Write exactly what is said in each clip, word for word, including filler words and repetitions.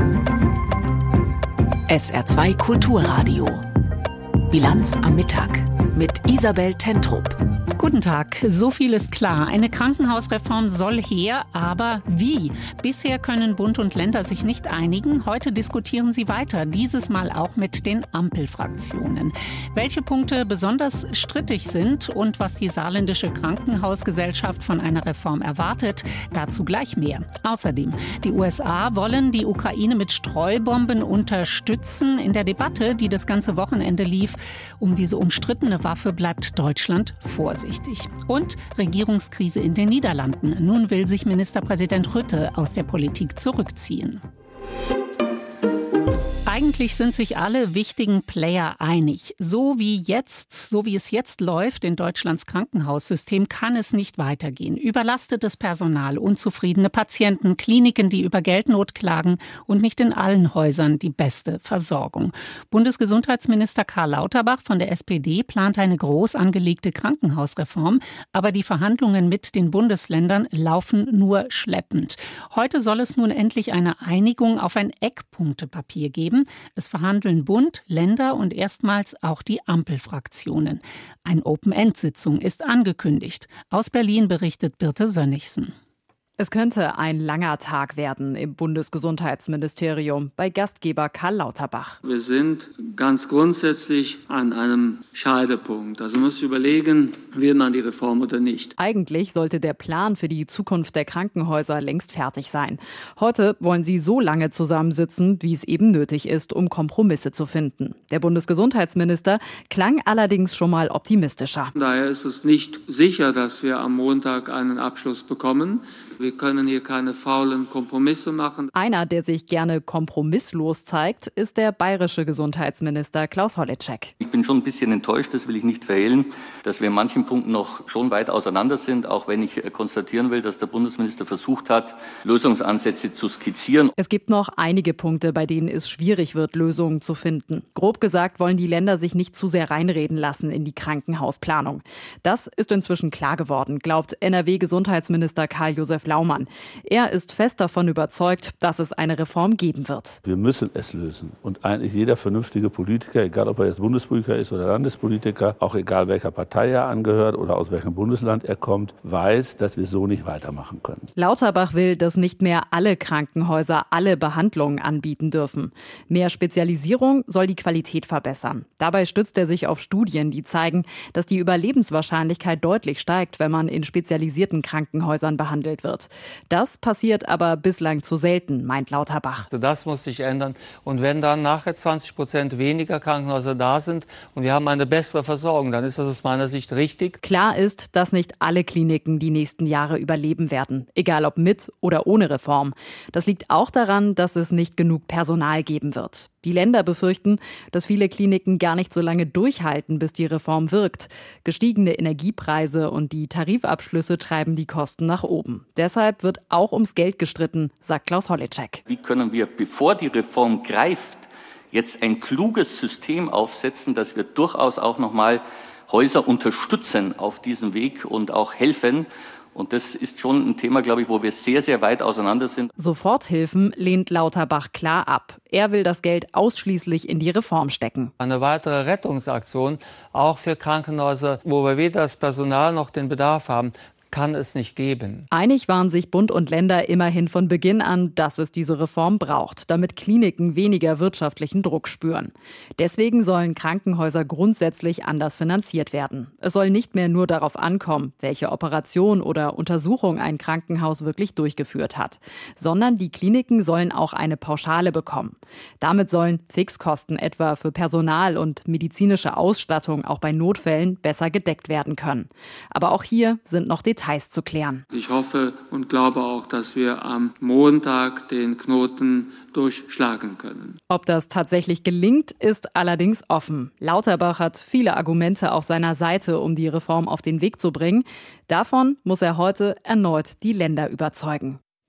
S R zwei Kulturradio. Bilanz am Mittag mit Isabel Tentrup. Guten Tag. So viel ist klar. Eine Krankenhausreform soll her, aber wie? Bisher können Bund und Länder sich nicht einigen. Heute diskutieren sie weiter, dieses Mal auch mit den Ampelfraktionen. Welche Punkte besonders strittig sind und was die saarländische Krankenhausgesellschaft von einer Reform erwartet, dazu gleich mehr. Außerdem, die U S A wollen die Ukraine mit Streubomben unterstützen. In der Debatte, die das ganze Wochenende lief, um diese umstrittene Waffe bleibt Deutschland vorsichtig. Und Regierungskrise in den Niederlanden. Nun will sich Ministerpräsident Rutte aus der Politik zurückziehen. Eigentlich sind sich alle wichtigen Player einig. So wie jetzt, so wie es jetzt läuft in Deutschlands Krankenhaussystem, kann es nicht weitergehen. Überlastetes Personal, unzufriedene Patienten, Kliniken, die über Geldnot klagen und nicht in allen Häusern die beste Versorgung. Bundesgesundheitsminister Karl Lauterbach von der S P D plant eine groß angelegte Krankenhausreform, aber die Verhandlungen mit den Bundesländern laufen nur schleppend. Heute soll es nun endlich eine Einigung auf ein Eckpunktepapier geben. Es verhandeln Bund, Länder und erstmals auch die Ampelfraktionen. Eine Open-End-Sitzung ist angekündigt. Aus Berlin berichtet Birte Sönnigsen. Es könnte ein langer Tag werden im Bundesgesundheitsministerium bei Gastgeber Karl Lauterbach. Wir sind ganz grundsätzlich an einem Scheidepunkt. Also man muss überlegen, will man die Reform oder nicht. Eigentlich sollte der Plan für die Zukunft der Krankenhäuser längst fertig sein. Heute wollen sie so lange zusammensitzen, wie es eben nötig ist, um Kompromisse zu finden. Der Bundesgesundheitsminister klang allerdings schon mal optimistischer. Daher ist es nicht sicher, dass wir am Montag einen Abschluss bekommen. Wir können hier keine faulen Kompromisse machen. Einer, der sich gerne kompromisslos zeigt, ist der bayerische Gesundheitsminister Klaus Holleczek. Ich bin schon ein bisschen enttäuscht, das will ich nicht verhehlen, dass wir in manchen Punkten noch schon weit auseinander sind, auch wenn ich konstatieren will, dass der Bundesminister versucht hat, Lösungsansätze zu skizzieren. Es gibt noch einige Punkte, bei denen es schwierig wird, Lösungen zu finden. Grob gesagt wollen die Länder sich nicht zu sehr reinreden lassen in die Krankenhausplanung. Das ist inzwischen klar geworden, glaubt N R W-Gesundheitsminister Karl-Josef Laumann. Er ist fest davon überzeugt, dass es eine Reform geben wird. Wir müssen es lösen. Und eigentlich jeder vernünftige Politiker, egal ob er jetzt Bundespolitiker ist oder Landespolitiker, auch egal welcher Partei er angehört oder aus welchem Bundesland er kommt, weiß, dass wir so nicht weitermachen können. Lauterbach will, dass nicht mehr alle Krankenhäuser alle Behandlungen anbieten dürfen. Mehr Spezialisierung soll die Qualität verbessern. Dabei stützt er sich auf Studien, die zeigen, dass die Überlebenswahrscheinlichkeit deutlich steigt, wenn man in spezialisierten Krankenhäusern behandelt wird. Das passiert aber bislang zu selten, meint Lauterbach. Das muss sich ändern. Und wenn dann nachher zwanzig Prozent weniger Krankenhäuser da sind und wir haben eine bessere Versorgung, dann ist das aus meiner Sicht richtig. Klar ist, dass nicht alle Kliniken die nächsten Jahre überleben werden, egal ob mit oder ohne Reform. Das liegt auch daran, dass es nicht genug Personal geben wird. Die Länder befürchten, dass viele Kliniken gar nicht so lange durchhalten, bis die Reform wirkt. Gestiegene Energiepreise und die Tarifabschlüsse treiben die Kosten nach oben. Deshalb wird auch ums Geld gestritten, sagt Klaus Holleczek. Wie können wir, bevor die Reform greift, jetzt ein kluges System aufsetzen, dass wir durchaus auch noch mal Häuser unterstützen auf diesem Weg und auch helfen? Und das ist schon ein Thema, glaube ich, wo wir sehr, sehr weit auseinander sind. Soforthilfen lehnt Lauterbach klar ab. Er will das Geld ausschließlich in die Reform stecken. Eine weitere Rettungsaktion, auch für Krankenhäuser, wo wir weder das Personal noch den Bedarf haben, kann es nicht geben. Einig waren sich Bund und Länder immerhin von Beginn an, dass es diese Reform braucht, damit Kliniken weniger wirtschaftlichen Druck spüren. Deswegen sollen Krankenhäuser grundsätzlich anders finanziert werden. Es soll nicht mehr nur darauf ankommen, welche Operation oder Untersuchung ein Krankenhaus wirklich durchgeführt hat, sondern die Kliniken sollen auch eine Pauschale bekommen. Damit sollen Fixkosten etwa für Personal und medizinische Ausstattung auch bei Notfällen besser gedeckt werden können. Aber auch hier sind noch Details Details zu klären. Ich hoffe und glaube auch, dass wir am Montag den Knoten durchschlagen können. Ob das tatsächlich gelingt, ist allerdings offen. Lauterbach hat viele Argumente auf seiner Seite, um die Reform auf den Weg zu bringen. Davon muss er heute erneut die Länder überzeugen.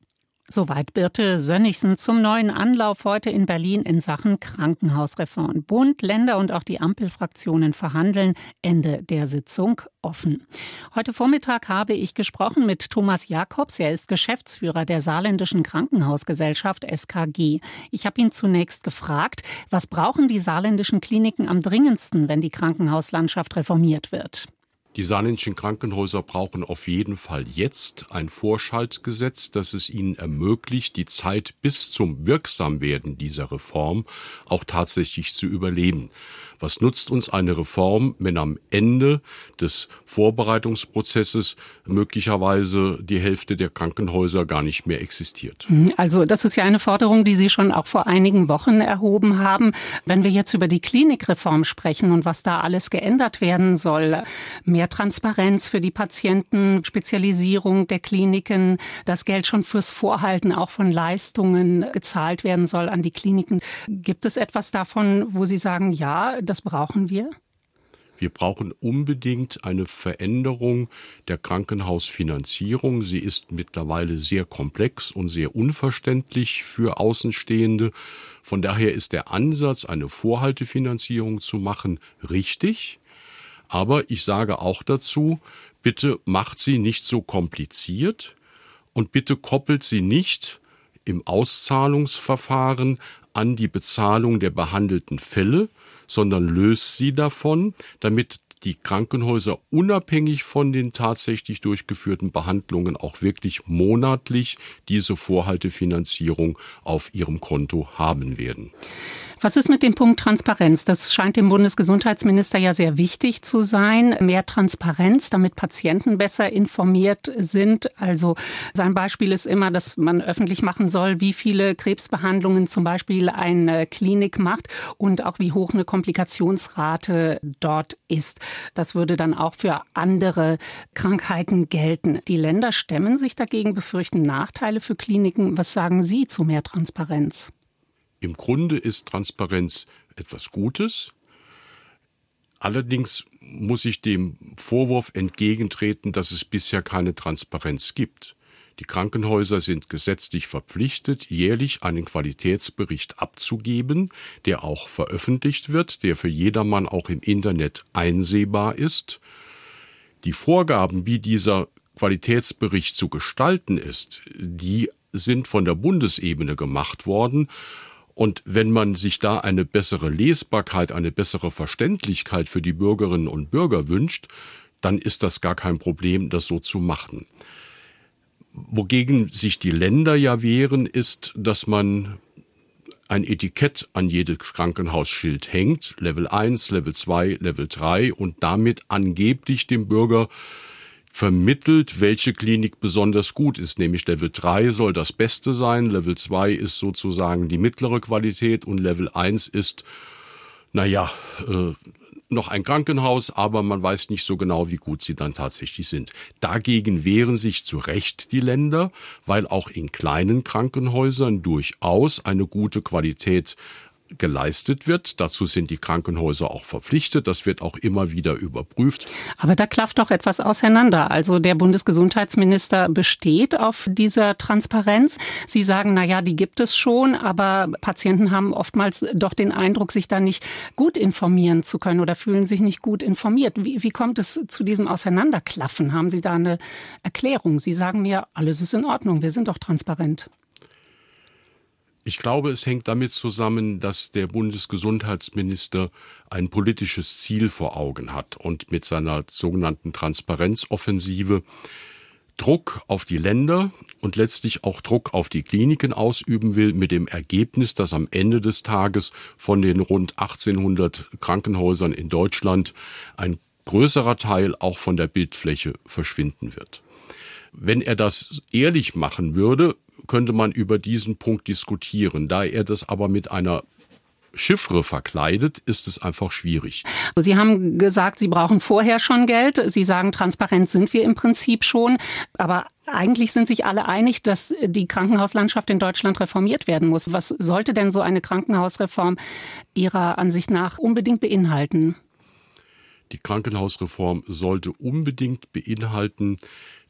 Soweit Birte Sönnigsen zum neuen Anlauf heute in Berlin in Sachen Krankenhausreform. Bund, Länder und auch die Ampelfraktionen verhandeln. Ende der Sitzung offen. Heute Vormittag habe ich gesprochen mit Thomas Jakobs. Er ist Geschäftsführer der Saarländischen Krankenhausgesellschaft S K G. Ich habe ihn zunächst gefragt, was brauchen die saarländischen Kliniken am dringendsten, wenn die Krankenhauslandschaft reformiert wird? Die saarländischen Krankenhäuser brauchen auf jeden Fall jetzt ein Vorschaltgesetz, das es ihnen ermöglicht, die Zeit bis zum Wirksamwerden dieser Reform auch tatsächlich zu überleben. Was nutzt uns eine Reform, wenn am Ende des Vorbereitungsprozesses möglicherweise die Hälfte der Krankenhäuser gar nicht mehr existiert? Also das ist ja eine Forderung, die Sie schon auch vor einigen Wochen erhoben haben. Wenn wir jetzt über die Klinikreform sprechen und was da alles geändert werden soll, mehr Transparenz für die Patienten, Spezialisierung der Kliniken, das Geld schon fürs Vorhalten auch von Leistungen gezahlt werden soll an die Kliniken. Gibt es etwas davon, wo Sie sagen, ja, das brauchen wir? Wir brauchen unbedingt eine Veränderung der Krankenhausfinanzierung. Sie ist mittlerweile sehr komplex und sehr unverständlich für Außenstehende. Von daher ist der Ansatz, eine Vorhaltefinanzierung zu machen, richtig. Aber ich sage auch dazu, bitte macht sie nicht so kompliziert und bitte koppelt sie nicht im Auszahlungsverfahren an die Bezahlung der behandelten Fälle, sondern löst sie davon, damit die Krankenhäuser unabhängig von den tatsächlich durchgeführten Behandlungen auch wirklich monatlich diese Vorhaltefinanzierung auf ihrem Konto haben werden. Was ist mit dem Punkt Transparenz? Das scheint dem Bundesgesundheitsminister ja sehr wichtig zu sein. Mehr Transparenz, damit Patienten besser informiert sind. Also sein Beispiel ist immer, dass man öffentlich machen soll, wie viele Krebsbehandlungen zum Beispiel eine Klinik macht und auch wie hoch eine Komplikationsrate dort ist. Das würde dann auch für andere Krankheiten gelten. Die Länder stemmen sich dagegen, befürchten Nachteile für Kliniken. Was sagen Sie zu mehr Transparenz? Im Grunde ist Transparenz etwas Gutes. Allerdings muss ich dem Vorwurf entgegentreten, dass es bisher keine Transparenz gibt. Die Krankenhäuser sind gesetzlich verpflichtet, jährlich einen Qualitätsbericht abzugeben, der auch veröffentlicht wird, der für jedermann auch im Internet einsehbar ist. Die Vorgaben, wie dieser Qualitätsbericht zu gestalten ist, die sind von der Bundesebene gemacht worden. Und wenn man sich da eine bessere Lesbarkeit, eine bessere Verständlichkeit für die Bürgerinnen und Bürger wünscht, dann ist das gar kein Problem, das so zu machen. Wogegen sich die Länder ja wehren, ist, dass man ein Etikett an jedes Krankenhausschild hängt, Level eins, Level zwei, Level drei, und damit angeblich dem Bürger vermittelt, welche Klinik besonders gut ist, nämlich Level drei soll das Beste sein, Level zwei ist sozusagen die mittlere Qualität und Level eins ist, naja, äh, noch ein Krankenhaus, aber man weiß nicht so genau, wie gut sie dann tatsächlich sind. Dagegen wehren sich zu Recht die Länder, weil auch in kleinen Krankenhäusern durchaus eine gute Qualität geleistet wird. Dazu sind die Krankenhäuser auch verpflichtet. Das wird auch immer wieder überprüft. Aber da klafft doch etwas auseinander. Also der Bundesgesundheitsminister besteht auf dieser Transparenz. Sie sagen, na ja, die gibt es schon, aber Patienten haben oftmals doch den Eindruck, sich da nicht gut informieren zu können oder fühlen sich nicht gut informiert. Wie, wie kommt es zu diesem Auseinanderklaffen? Haben Sie da eine Erklärung? Sie sagen mir, alles ist in Ordnung, wir sind doch transparent. Ich glaube, es hängt damit zusammen, dass der Bundesgesundheitsminister ein politisches Ziel vor Augen hat und mit seiner sogenannten Transparenzoffensive Druck auf die Länder und letztlich auch Druck auf die Kliniken ausüben will, mit dem Ergebnis, dass am Ende des Tages von den rund achtzehnhundert Krankenhäusern in Deutschland ein größerer Teil auch von der Bildfläche verschwinden wird. Wenn er das ehrlich machen würde, könnte man über diesen Punkt diskutieren. Da er das aber mit einer Chiffre verkleidet, ist es einfach schwierig. Sie haben gesagt, Sie brauchen vorher schon Geld. Sie sagen, transparent sind wir im Prinzip schon. Aber eigentlich sind sich alle einig, dass die Krankenhauslandschaft in Deutschland reformiert werden muss. Was sollte denn so eine Krankenhausreform Ihrer Ansicht nach unbedingt beinhalten? Die Krankenhausreform sollte unbedingt beinhalten,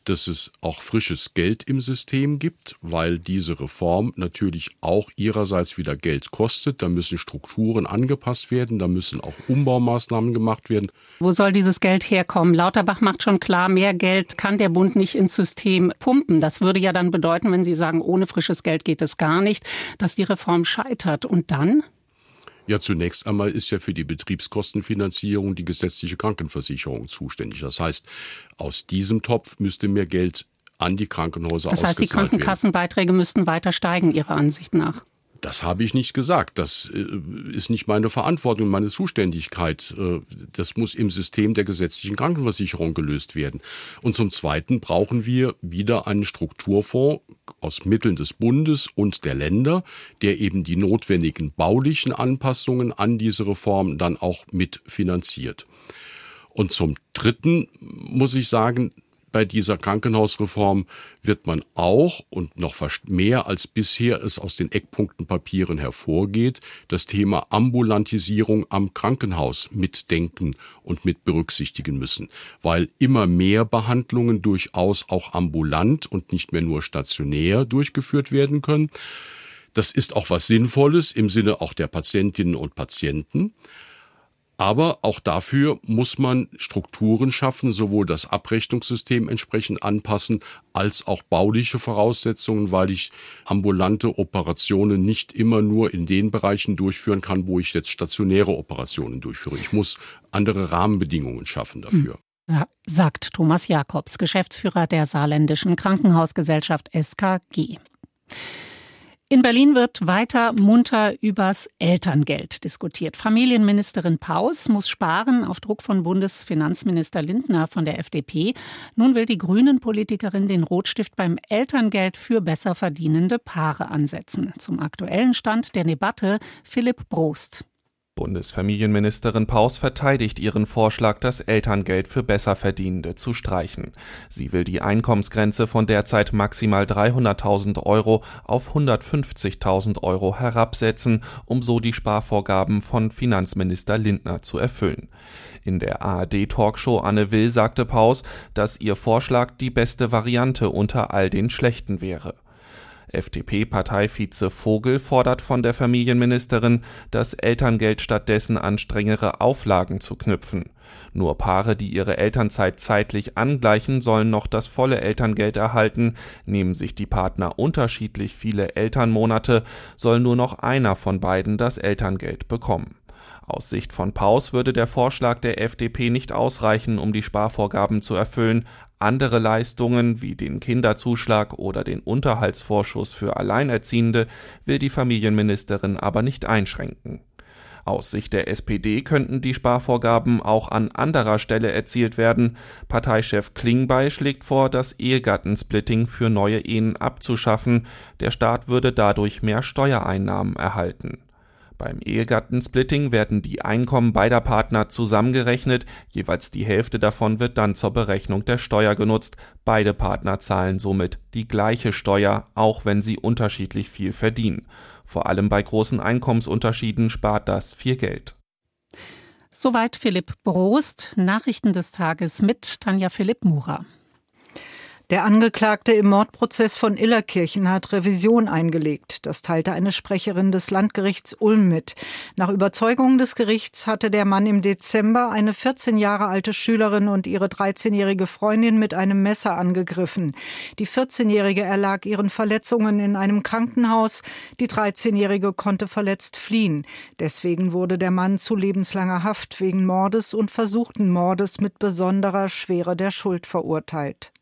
dass es auch frisches Geld im System gibt, weil diese Reform natürlich auch ihrerseits wieder Geld kostet. Da müssen Strukturen angepasst werden, da müssen auch Umbaumaßnahmen gemacht werden. Wo soll dieses Geld herkommen? Lauterbach macht schon klar, mehr Geld kann der Bund nicht ins System pumpen. Das würde ja dann bedeuten, wenn Sie sagen, ohne frisches Geld geht es gar nicht, dass die Reform scheitert. Und dann? Ja, zunächst einmal ist ja für die Betriebskostenfinanzierung die gesetzliche Krankenversicherung zuständig. Das heißt, aus diesem Topf müsste mehr Geld an die Krankenhäuser ausgezahlt werden. Das heißt, die Krankenkassenbeiträge müssten weiter steigen, Ihrer Ansicht nach? Das habe ich nicht gesagt. Das ist nicht meine Verantwortung, meine Zuständigkeit. Das muss im System der gesetzlichen Krankenversicherung gelöst werden. Und zum Zweiten brauchen wir wieder einen Strukturfonds aus Mitteln des Bundes und der Länder, der eben die notwendigen baulichen Anpassungen an diese Reform dann auch mitfinanziert. Und zum Dritten muss ich sagen, bei dieser Krankenhausreform wird man auch und noch fast mehr als bisher es aus den Eckpunktenpapieren hervorgeht, das Thema Ambulantisierung am Krankenhaus mitdenken und mit berücksichtigen müssen, weil immer mehr Behandlungen durchaus auch ambulant und nicht mehr nur stationär durchgeführt werden können. Das ist auch was Sinnvolles im Sinne auch der Patientinnen und Patienten. Aber auch dafür muss man Strukturen schaffen, sowohl das Abrechnungssystem entsprechend anpassen, als auch bauliche Voraussetzungen, weil ich ambulante Operationen nicht immer nur in den Bereichen durchführen kann, wo ich jetzt stationäre Operationen durchführe. Ich muss andere Rahmenbedingungen schaffen dafür. Ja, sagt Thomas Jakobs, Geschäftsführer der Saarländischen Krankenhausgesellschaft S K G. In Berlin wird weiter munter übers Elterngeld diskutiert. Familienministerin Paus muss sparen auf Druck von Bundesfinanzminister Lindner von der F D P. Nun will die Grünen-Politikerin den Rotstift beim Elterngeld für besser verdienende Paare ansetzen. Zum aktuellen Stand der Debatte Philipp Brost. Bundesfamilienministerin Paus verteidigt ihren Vorschlag, das Elterngeld für Besserverdienende zu streichen. Sie will die Einkommensgrenze von derzeit maximal dreihunderttausend Euro auf hundertfünfzigtausend Euro herabsetzen, um so die Sparvorgaben von Finanzminister Lindner zu erfüllen. In der A R D-Talkshow Anne Will sagte Paus, dass ihr Vorschlag die beste Variante unter all den schlechten wäre. F D P-Parteivize Vogel fordert von der Familienministerin, das Elterngeld stattdessen an strengere Auflagen zu knüpfen. Nur Paare, die ihre Elternzeit zeitlich angleichen, sollen noch das volle Elterngeld erhalten. Nehmen sich die Partner unterschiedlich viele Elternmonate, soll nur noch einer von beiden das Elterngeld bekommen. Aus Sicht von Paus würde der Vorschlag der F D P nicht ausreichen, um die Sparvorgaben zu erfüllen. Andere Leistungen wie den Kinderzuschlag oder den Unterhaltsvorschuss für Alleinerziehende will die Familienministerin aber nicht einschränken. Aus Sicht der S P D könnten die Sparvorgaben auch an anderer Stelle erzielt werden. Parteichef Klingbeil schlägt vor, das Ehegattensplitting für neue Ehen abzuschaffen. Der Staat würde dadurch mehr Steuereinnahmen erhalten. Beim Ehegattensplitting werden die Einkommen beider Partner zusammengerechnet, jeweils die Hälfte davon wird dann zur Berechnung der Steuer genutzt. Beide Partner zahlen somit die gleiche Steuer, auch wenn sie unterschiedlich viel verdienen. Vor allem bei großen Einkommensunterschieden spart das viel Geld. Soweit Philipp Brost, Nachrichten des Tages mit Tanja Philipp-Murer. Der Angeklagte im Mordprozess von Illerkirchen hat Revision eingelegt. Das teilte eine Sprecherin des Landgerichts Ulm mit. Nach Überzeugung des Gerichts hatte der Mann im Dezember eine vierzehn Jahre alte Schülerin und ihre dreizehnjährige Freundin mit einem Messer angegriffen. Die vierzehnjährige erlag ihren Verletzungen in einem Krankenhaus. Die dreizehnjährige konnte verletzt fliehen. Deswegen wurde der Mann zu lebenslanger Haft wegen Mordes und versuchten Mordes mit besonderer Schwere der Schuld verurteilt.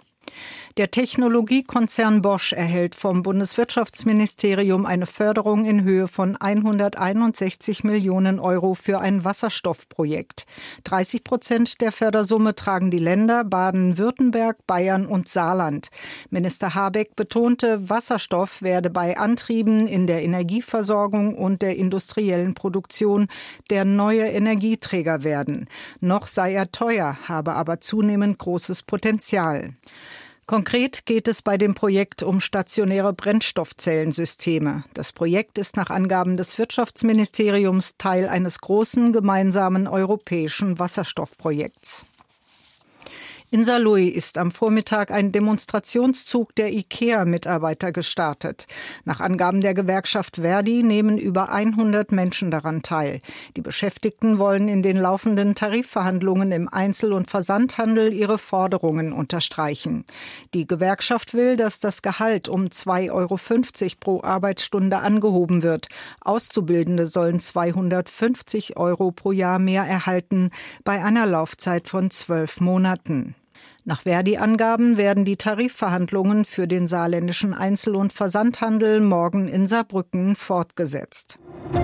Der Technologiekonzern Bosch erhält vom Bundeswirtschaftsministerium eine Förderung in Höhe von hunderteinundsechzig Millionen Euro für ein Wasserstoffprojekt. dreißig Prozent der Fördersumme tragen die Länder Baden-Württemberg, Bayern und Saarland. Minister Habeck betonte, Wasserstoff werde bei Antrieben in der Energieversorgung und der industriellen Produktion der neue Energieträger werden. Noch sei er teuer, habe aber zunehmend großes Potenzial. Konkret geht es bei dem Projekt um stationäre Brennstoffzellensysteme. Das Projekt ist nach Angaben des Wirtschaftsministeriums Teil eines großen gemeinsamen europäischen Wasserstoffprojekts. In Saarlouis ist am Vormittag ein Demonstrationszug der IKEA-Mitarbeiter gestartet. Nach Angaben der Gewerkschaft Verdi nehmen über hundert Menschen daran teil. Die Beschäftigten wollen in den laufenden Tarifverhandlungen im Einzel- und Versandhandel ihre Forderungen unterstreichen. Die Gewerkschaft will, dass das Gehalt um zwei Euro fünfzig pro Arbeitsstunde angehoben wird. Auszubildende sollen zweihundertfünfzig Euro pro Jahr mehr erhalten, bei einer Laufzeit von zwölf Monaten. Nach Verdi-Angaben werden die Tarifverhandlungen für den saarländischen Einzel- und Versandhandel morgen in Saarbrücken fortgesetzt.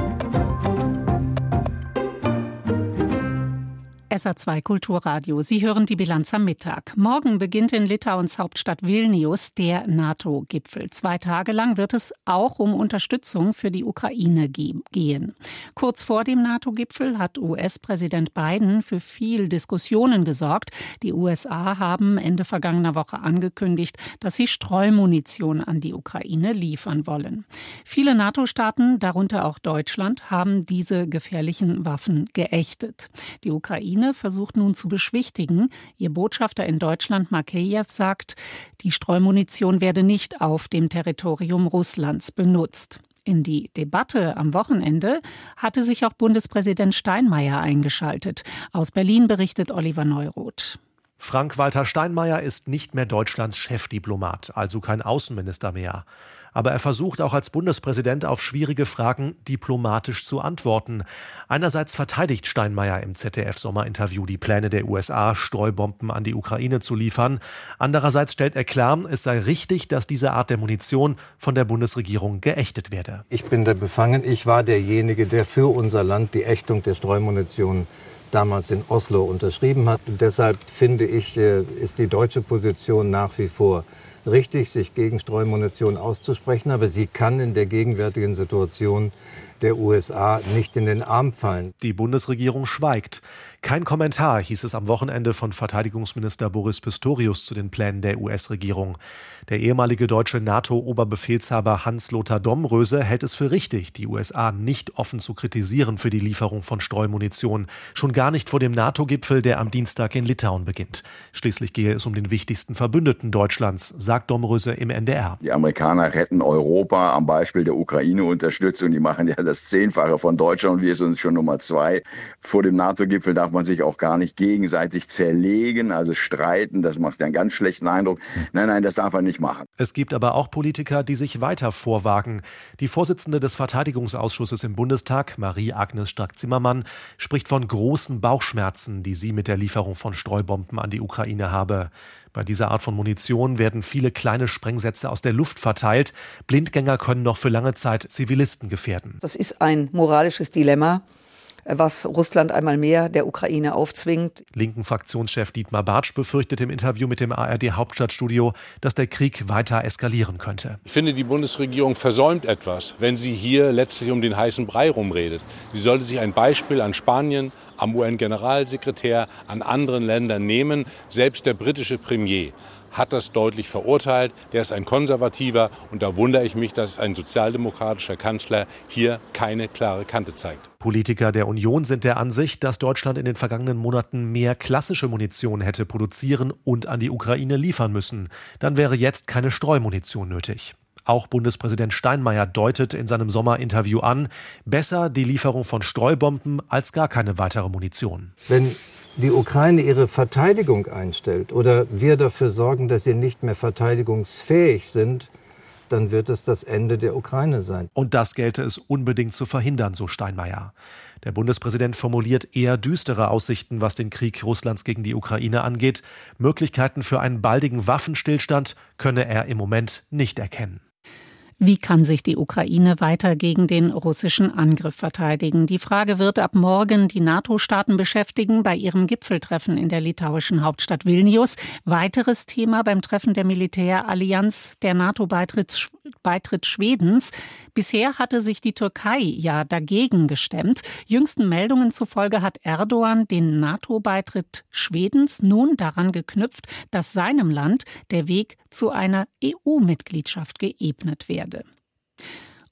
S R zwei Kulturradio. Sie hören die Bilanz am Mittag. Morgen beginnt in Litauens Hauptstadt Vilnius der NATO-Gipfel. Zwei Tage lang wird es auch um Unterstützung für die Ukraine ge- gehen. Kurz vor dem NATO-Gipfel hat U S-Präsident Biden für viel Diskussionen gesorgt. Die U S A haben Ende vergangener Woche angekündigt, dass sie Streumunition an die Ukraine liefern wollen. Viele NATO-Staaten, darunter auch Deutschland, haben diese gefährlichen Waffen geächtet. Die Ukraine versucht nun zu beschwichtigen. Ihr Botschafter in Deutschland, Makeyev, sagt, die Streumunition werde nicht auf dem Territorium Russlands benutzt. In die Debatte am Wochenende hatte sich auch Bundespräsident Steinmeier eingeschaltet. Aus Berlin berichtet Oliver Neuroth. Frank-Walter Steinmeier ist nicht mehr Deutschlands Chefdiplomat, also kein Außenminister mehr. Aber er versucht auch als Bundespräsident auf schwierige Fragen diplomatisch zu antworten. Einerseits verteidigt Steinmeier im Z D F-Sommerinterview die Pläne der U S A, Streubomben an die Ukraine zu liefern. Andererseits stellt er klar, es sei richtig, dass diese Art der Munition von der Bundesregierung geächtet werde. Ich bin da befangen. Ich war derjenige, der für unser Land die Ächtung der Streumunition damals in Oslo unterschrieben hat. Und deshalb finde ich, ist die deutsche Position nach wie vor richtig, sich gegen Streumunition auszusprechen, aber sie kann in der gegenwärtigen Situation der U S A nicht in den Arm fallen. Die Bundesregierung schweigt. Kein Kommentar, hieß es am Wochenende von Verteidigungsminister Boris Pistorius zu den Plänen der U S-Regierung. Der ehemalige deutsche NATO-Oberbefehlshaber Hans-Lothar Domröse hält es für richtig, die U S A nicht offen zu kritisieren für die Lieferung von Streumunition. Schon gar nicht vor dem NATO-Gipfel, der am Dienstag in Litauen beginnt. Schließlich gehe es um den wichtigsten Verbündeten Deutschlands, sagt Domröse im N D R. Die Amerikaner retten Europa am Beispiel der Ukraine-Unterstützung. Die machen ja das Zehnfache von Deutschland und wir sind schon Nummer zwei. Vor dem NATO-Gipfel darf man sich auch gar nicht gegenseitig zerlegen, also streiten. Das macht einen ganz schlechten Eindruck. Nein, nein, das darf man nicht machen. Es gibt aber auch Politiker, die sich weiter vorwagen. Die Vorsitzende des Verteidigungsausschusses im Bundestag, Marie-Agnes Strack-Zimmermann, spricht von großen Bauchschmerzen, die sie mit der Lieferung von Streubomben an die Ukraine habe. Bei dieser Art von Munition werden viele kleine Sprengsätze aus der Luft verteilt. Blindgänger können noch für lange Zeit Zivilisten gefährden. Das ist ein moralisches Dilemma, was Russland einmal mehr der Ukraine aufzwingt. Linken Fraktionschef Dietmar Bartsch befürchtet im Interview mit dem A R D-Hauptstadtstudio, dass der Krieg weiter eskalieren könnte. Ich finde, die Bundesregierung versäumt etwas, wenn sie hier letztlich um den heißen Brei rumredet. Sie sollte sich ein Beispiel an Spanien, am U N-Generalsekretär, an anderen Ländern nehmen. Selbst der britische Premier hat das deutlich verurteilt. Der ist ein Konservativer und da wundere ich mich, dass ein sozialdemokratischer Kanzler hier keine klare Kante zeigt. Politiker der Union sind der Ansicht, dass Deutschland in den vergangenen Monaten mehr klassische Munition hätte produzieren und an die Ukraine liefern müssen. Dann wäre jetzt keine Streumunition nötig. Auch Bundespräsident Steinmeier deutet in seinem Sommerinterview an, besser die Lieferung von Streubomben als gar keine weitere Munition. Wenn die Ukraine ihre Verteidigung einstellt oder wir dafür sorgen, dass sie nicht mehr verteidigungsfähig sind, dann wird es das Ende der Ukraine sein. Und das gelte es unbedingt zu verhindern, so Steinmeier. Der Bundespräsident formuliert eher düstere Aussichten, was den Krieg Russlands gegen die Ukraine angeht. Möglichkeiten für einen baldigen Waffenstillstand könne er im Moment nicht erkennen. Wie kann sich die Ukraine weiter gegen den russischen Angriff verteidigen? Die Frage wird ab morgen die NATO-Staaten beschäftigen bei ihrem Gipfeltreffen in der litauischen Hauptstadt Vilnius. Weiteres Thema beim Treffen der Militärallianz, der NATO-Beitritt Beitritt Schwedens. Bisher hatte sich die Türkei ja dagegen gestemmt. Jüngsten Meldungen zufolge hat Erdogan den NATO-Beitritt Schwedens nun daran geknüpft, dass seinem Land der Weg zu einer E U-Mitgliedschaft geebnet werde.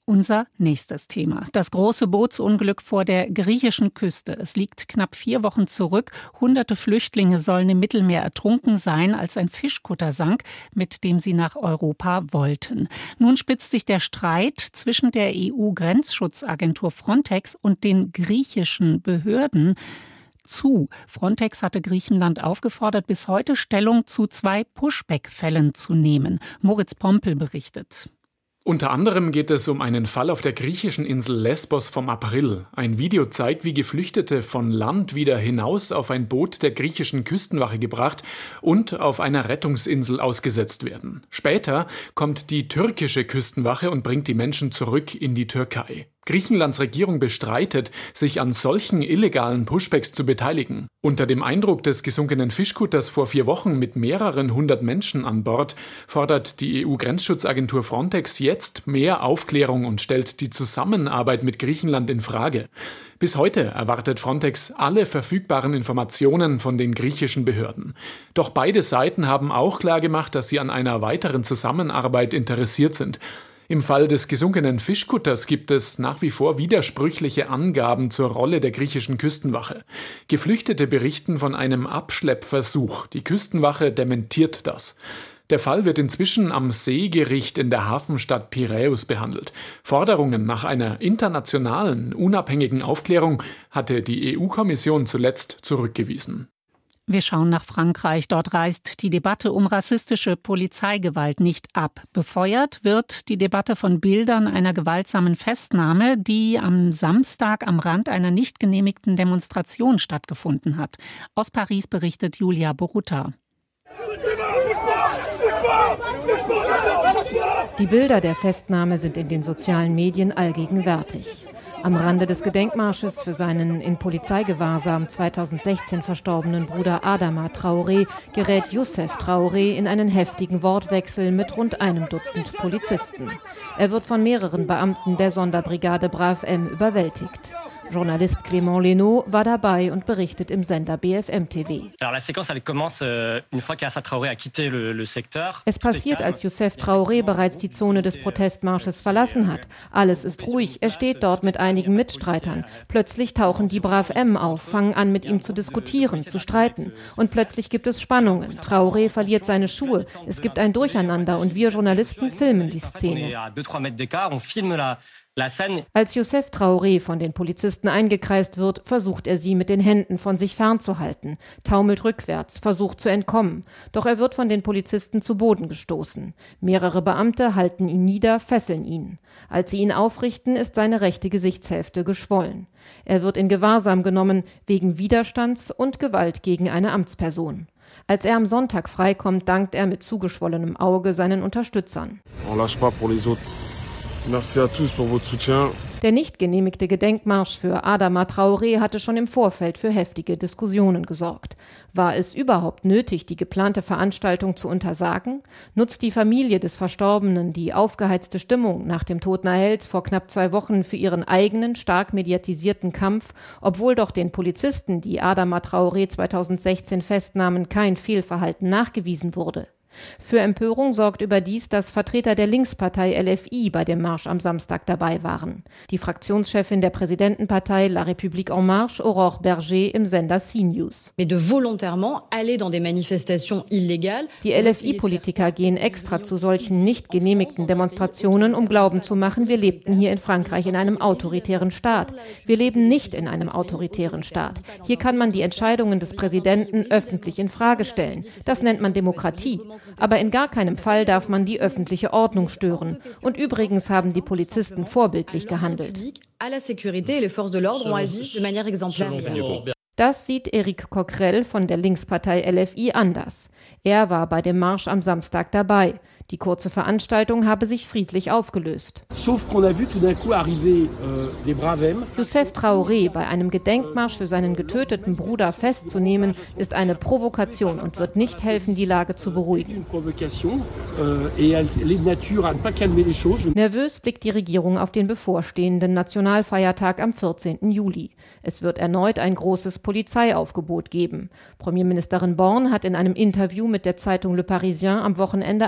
Unser nächstes Thema. Das große Bootsunglück vor der griechischen Küste. Es liegt knapp vier Wochen zurück. Hunderte Flüchtlinge sollen im Mittelmeer ertrunken sein, als ein Fischkutter sank, mit dem sie nach Europa wollten. Nun spitzt sich der Streit zwischen der E U-Grenzschutzagentur Frontex und den griechischen Behörden zu. Frontex hatte Griechenland aufgefordert, bis heute Stellung zu zwei Pushback-Fällen zu nehmen. Moritz Pompel berichtet. Unter anderem geht es um einen Fall auf der griechischen Insel Lesbos vom April. Ein Video zeigt, wie Geflüchtete von Land wieder hinaus auf ein Boot der griechischen Küstenwache gebracht und auf einer Rettungsinsel ausgesetzt werden. Später kommt die türkische Küstenwache und bringt die Menschen zurück in die Türkei. Griechenlands Regierung bestreitet, sich an solchen illegalen Pushbacks zu beteiligen. Unter dem Eindruck des gesunkenen Fischkutters vor vier Wochen mit mehreren hundert Menschen an Bord fordert die E U-Grenzschutzagentur Frontex jetzt mehr Aufklärung und stellt die Zusammenarbeit mit Griechenland in Frage. Bis heute erwartet Frontex alle verfügbaren Informationen von den griechischen Behörden. Doch beide Seiten haben auch klargemacht, dass sie an einer weiteren Zusammenarbeit interessiert sind. Im Fall des gesunkenen Fischkutters gibt es nach wie vor widersprüchliche Angaben zur Rolle der griechischen Küstenwache. Geflüchtete berichten von einem Abschleppversuch. Die Küstenwache dementiert das. Der Fall wird inzwischen am Seegericht in der Hafenstadt Piräus behandelt. Forderungen nach einer internationalen, unabhängigen Aufklärung hatte die E U-Kommission zuletzt zurückgewiesen. Wir schauen nach Frankreich. Dort reißt die Debatte um rassistische Polizeigewalt nicht ab. Befeuert wird die Debatte von Bildern einer gewaltsamen Festnahme, die am Samstag am Rand einer nicht genehmigten Demonstration stattgefunden hat. Aus Paris berichtet Julia Borutta. Die Bilder der Festnahme sind in den sozialen Medien allgegenwärtig. Am Rande des Gedenkmarsches für seinen in Polizeigewahrsam zweitausendsechzehn verstorbenen Bruder Adama Traoré gerät Youssef Traoré in einen heftigen Wortwechsel mit rund einem Dutzend Polizisten. Er wird von mehreren Beamten der Sonderbrigade Brav M überwältigt. Journalist Clément Leno war dabei und berichtet im Sender B F M T V. Es passiert, als Youssef Traoré bereits die Zone des Protestmarsches verlassen hat. Alles ist ruhig, er steht dort mit einigen Mitstreitern. Plötzlich tauchen die Brav M auf, fangen an mit ihm zu diskutieren, zu streiten. Und plötzlich gibt es Spannungen. Traoré verliert seine Schuhe, es gibt ein Durcheinander und wir Journalisten filmen die Szene. Als Youssef Traoré von den Polizisten eingekreist wird, versucht er sie mit den Händen von sich fernzuhalten, taumelt rückwärts, versucht zu entkommen. Doch er wird von den Polizisten zu Boden gestoßen. Mehrere Beamte halten ihn nieder, fesseln ihn. Als sie ihn aufrichten, ist seine rechte Gesichtshälfte geschwollen. Er wird in Gewahrsam genommen wegen Widerstands und Gewalt gegen eine Amtsperson. Als er am Sonntag freikommt, dankt er mit zugeschwollenem Auge seinen Unterstützern. Merci à tous pour votre soutien. Der nicht genehmigte Gedenkmarsch für Adama Traoré hatte schon im Vorfeld für heftige Diskussionen gesorgt. War es überhaupt nötig, die geplante Veranstaltung zu untersagen? Nutzt die Familie des Verstorbenen die aufgeheizte Stimmung nach dem Tod Nahels vor knapp zwei Wochen für ihren eigenen, stark mediatisierten Kampf, obwohl doch den Polizisten, die Adama Traoré zweitausendsechzehn festnahmen, kein Fehlverhalten nachgewiesen wurde? Für Empörung sorgt überdies, dass Vertreter der Linkspartei L F I bei dem Marsch am Samstag dabei waren. Die Fraktionschefin der Präsidentenpartei La République En Marche, Aurore Berger, im Sender C-News. Die L F I-Politiker gehen extra zu solchen nicht genehmigten Demonstrationen, um glauben zu machen, wir lebten hier in Frankreich in einem autoritären Staat. Wir leben nicht in einem autoritären Staat. Hier kann man die Entscheidungen des Präsidenten öffentlich in Frage stellen. Das nennt man Demokratie. Aber in gar keinem Fall darf man die öffentliche Ordnung stören. Und übrigens haben die Polizisten vorbildlich gehandelt. Das sieht Éric Coquerel von der Linkspartei L F I anders. Er war bei dem Marsch am Samstag dabei. Die kurze Veranstaltung habe sich friedlich aufgelöst. Youssef Traoré bei einem Gedenkmarsch für seinen getöteten Bruder festzunehmen, ist eine Provokation und wird nicht helfen, die Lage zu beruhigen. Nervös blickt die Regierung auf den bevorstehenden Nationalfeiertag am vierzehnten Juli. Es wird erneut ein großes Polizeiaufgebot geben. Premierministerin Borne hat in einem Interview mit der Zeitung Le Parisien am Wochenende angekündigt,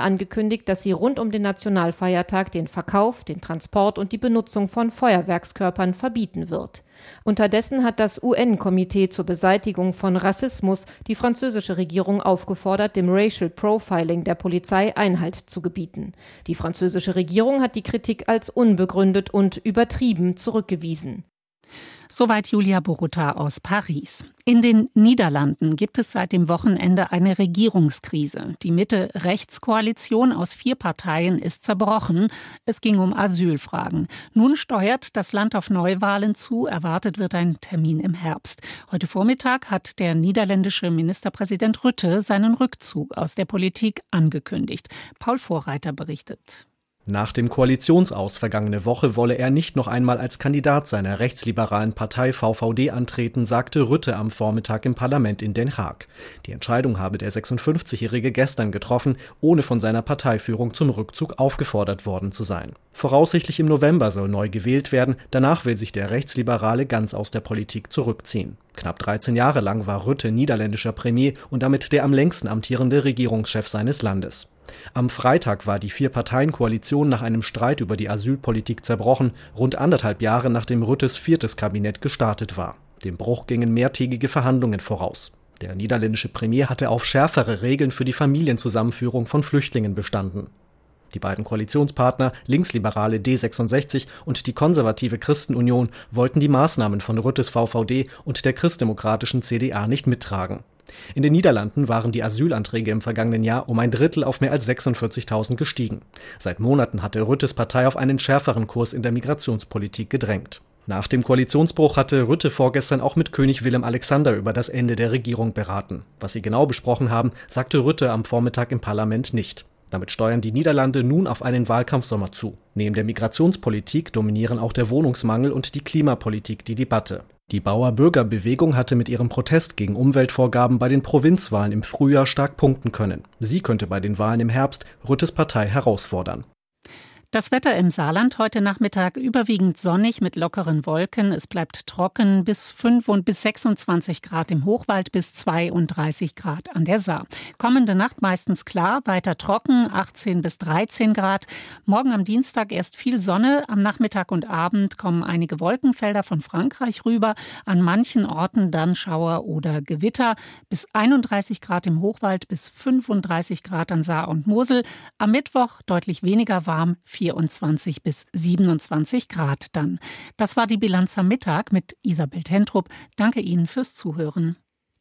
angekündigt, dass sie rund um den Nationalfeiertag den Verkauf, den Transport und die Benutzung von Feuerwerkskörpern verbieten wird. Unterdessen hat das U N-Komitee zur Beseitigung von Rassismus die französische Regierung aufgefordert, dem Racial Profiling der Polizei Einhalt zu gebieten. Die französische Regierung hat die Kritik als unbegründet und übertrieben zurückgewiesen. Soweit Julia Borutta aus Paris. In den Niederlanden gibt es seit dem Wochenende eine Regierungskrise. Die Mitte-Rechts-Koalition aus vier Parteien ist zerbrochen. Es ging um Asylfragen. Nun steuert das Land auf Neuwahlen zu. Erwartet wird ein Termin im Herbst. Heute Vormittag hat der niederländische Ministerpräsident Rutte seinen Rückzug aus der Politik angekündigt. Paul Vorreiter berichtet. Nach dem Koalitionsaus vergangene Woche wolle er nicht noch einmal als Kandidat seiner rechtsliberalen Partei V V D antreten, sagte Rutte am Vormittag im Parlament in Den Haag. Die Entscheidung habe der sechsundfünfzigjährige gestern getroffen, ohne von seiner Parteiführung zum Rückzug aufgefordert worden zu sein. Voraussichtlich im November soll neu gewählt werden, danach will sich der Rechtsliberale ganz aus der Politik zurückziehen. Knapp dreizehn Jahre lang war Rutte niederländischer Premier und damit der am längsten amtierende Regierungschef seines Landes. Am Freitag war die Vier-Parteien-Koalition nach einem Streit über die Asylpolitik zerbrochen, rund anderthalb Jahre nachdem Ruttes viertes Kabinett gestartet war. Dem Bruch gingen mehrtägige Verhandlungen voraus. Der niederländische Premier hatte auf schärfere Regeln für die Familienzusammenführung von Flüchtlingen bestanden. Die beiden Koalitionspartner, linksliberale D sechsundsechzig und die konservative Christenunion, wollten die Maßnahmen von Ruttes V V D und der christdemokratischen C D A nicht mittragen. In den Niederlanden waren die Asylanträge im vergangenen Jahr um ein Drittel auf mehr als sechsundvierzigtausend gestiegen. Seit Monaten hatte Ruttes Partei auf einen schärferen Kurs in der Migrationspolitik gedrängt. Nach dem Koalitionsbruch hatte Rutte vorgestern auch mit König Willem Alexander über das Ende der Regierung beraten. Was sie genau besprochen haben, sagte Rutte am Vormittag im Parlament nicht. Damit steuern die Niederlande nun auf einen Wahlkampfsommer zu. Neben der Migrationspolitik dominieren auch der Wohnungsmangel und die Klimapolitik die Debatte. Die Bauer-Bürger-Bewegung hatte mit ihrem Protest gegen Umweltvorgaben bei den Provinzwahlen im Frühjahr stark punkten können. Sie könnte bei den Wahlen im Herbst Ruttes Partei herausfordern. Das Wetter im Saarland heute Nachmittag überwiegend sonnig mit lockeren Wolken. Es bleibt trocken bis fünf und bis sechsundzwanzig Grad im Hochwald, bis zweiunddreißig Grad an der Saar. Kommende Nacht meistens klar, weiter trocken, achtzehn bis dreizehn Grad. Morgen am Dienstag erst viel Sonne. Am Nachmittag und Abend kommen einige Wolkenfelder von Frankreich rüber. An manchen Orten dann Schauer oder Gewitter. Bis einunddreißig Grad im Hochwald, bis fünfunddreißig Grad an Saar und Mosel. Am Mittwoch deutlich weniger warm, vierundzwanzig bis siebenundzwanzig Grad dann. Das war die Bilanz am Mittag mit Isabel Tentrup. Danke Ihnen fürs Zuhören.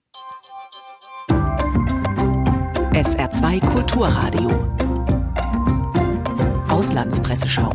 S R zwei Kulturradio. Auslandspresseschau.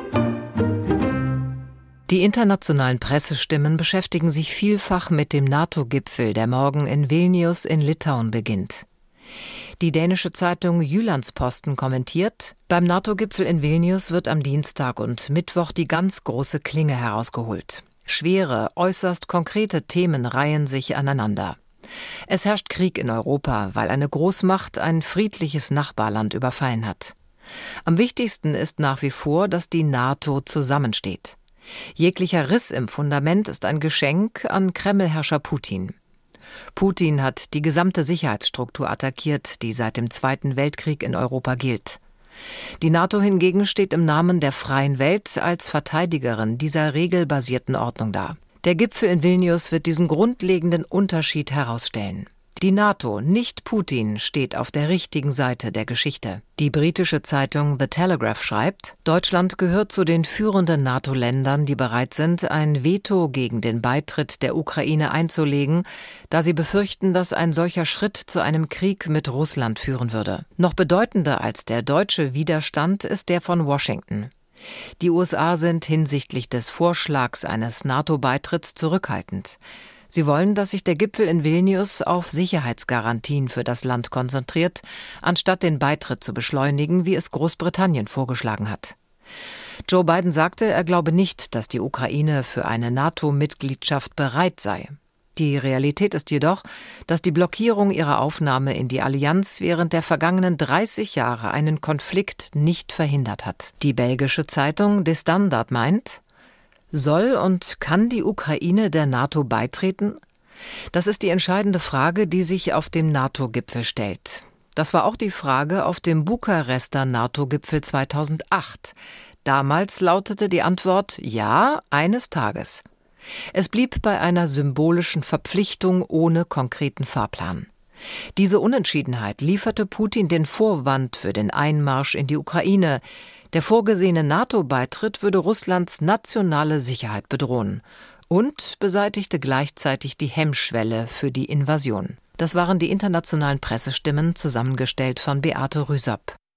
Die internationalen Pressestimmen beschäftigen sich vielfach mit dem NATO-Gipfel, der morgen in Vilnius in Litauen beginnt. Die dänische Zeitung Jyllands-Posten kommentiert: Beim NATO-Gipfel in Vilnius wird am Dienstag und Mittwoch die ganz große Klinge herausgeholt. Schwere, äußerst konkrete Themen reihen sich aneinander. Es herrscht Krieg in Europa, weil eine Großmacht ein friedliches Nachbarland überfallen hat. Am wichtigsten ist nach wie vor, dass die NATO zusammensteht. Jeglicher Riss im Fundament ist ein Geschenk an Kremlherrscher Putin. Putin hat die gesamte Sicherheitsstruktur attackiert, die seit dem Zweiten Weltkrieg in Europa gilt. Die NATO hingegen steht im Namen der freien Welt als Verteidigerin dieser regelbasierten Ordnung da. Der Gipfel in Vilnius wird diesen grundlegenden Unterschied herausstellen. Die NATO, nicht Putin, steht auf der richtigen Seite der Geschichte. Die britische Zeitung The Telegraph schreibt: Deutschland gehört zu den führenden NATO-Ländern, die bereit sind, ein Veto gegen den Beitritt der Ukraine einzulegen, da sie befürchten, dass ein solcher Schritt zu einem Krieg mit Russland führen würde. Noch bedeutender als der deutsche Widerstand ist der von Washington. Die U S A sind hinsichtlich des Vorschlags eines NATO-Beitritts zurückhaltend. Sie wollen, dass sich der Gipfel in Vilnius auf Sicherheitsgarantien für das Land konzentriert, anstatt den Beitritt zu beschleunigen, wie es Großbritannien vorgeschlagen hat. Joe Biden sagte, er glaube nicht, dass die Ukraine für eine NATO-Mitgliedschaft bereit sei. Die Realität ist jedoch, dass die Blockierung ihrer Aufnahme in die Allianz während der vergangenen dreißig Jahre einen Konflikt nicht verhindert hat. Die belgische Zeitung De Standaard meint: Soll und kann die Ukraine der NATO beitreten? Das ist die entscheidende Frage, die sich auf dem NATO-Gipfel stellt. Das war auch die Frage auf dem Bukarester NATO-Gipfel zweitausendacht. Damals lautete die Antwort ja, eines Tages. Es blieb bei einer symbolischen Verpflichtung ohne konkreten Fahrplan. Diese Unentschiedenheit lieferte Putin den Vorwand für den Einmarsch in die Ukraine. Der vorgesehene NATO-Beitritt würde Russlands nationale Sicherheit bedrohen und beseitigte gleichzeitig die Hemmschwelle für die Invasion. Das waren die internationalen Pressestimmen, zusammengestellt von Beate Rüsap.